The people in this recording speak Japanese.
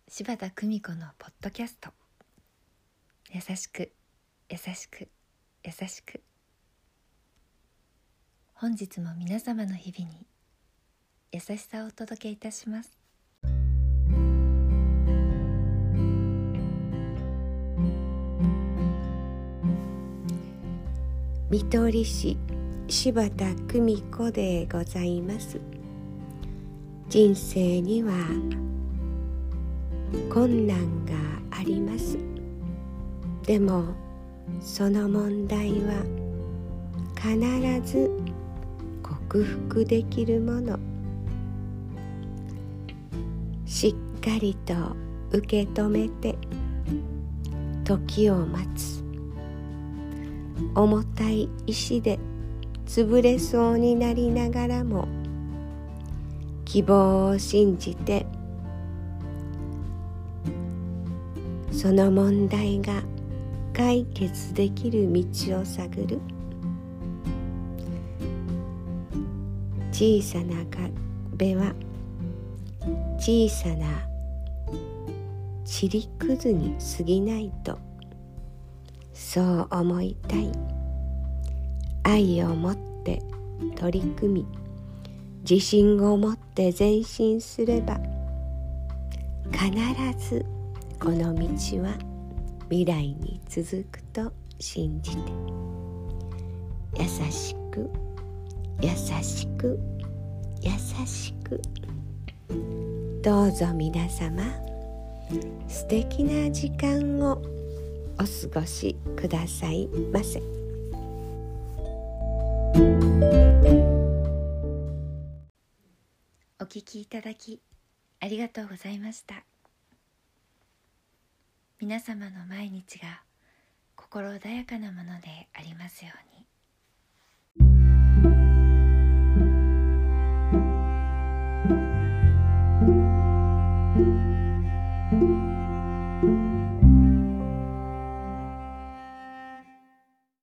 柴田久美子のポッドキャスト。優しく優しく優しく。本日も皆様の日々に優しさをお届けいたします。 見取り師柴田久美子でございます。人生には困難があります。でもその問題は必ず克服できるもの。しっかりと受け止めて時を待つ。重たい石で潰れそうになりながらも希望を信じて、その問題が解決できる道を探る。小さな壁は小さな塵くずに過ぎないと、そう思いたい。愛を持って取り組み、自信を持って前進すれば、必ずこの道は未来に続くと信じて、優しく優しく優しく。どうぞ皆様、素敵な時間をお過ごしくださいませ。 お聞きいただきありがとうございました。皆様の毎日が心穏やかなものでありますように。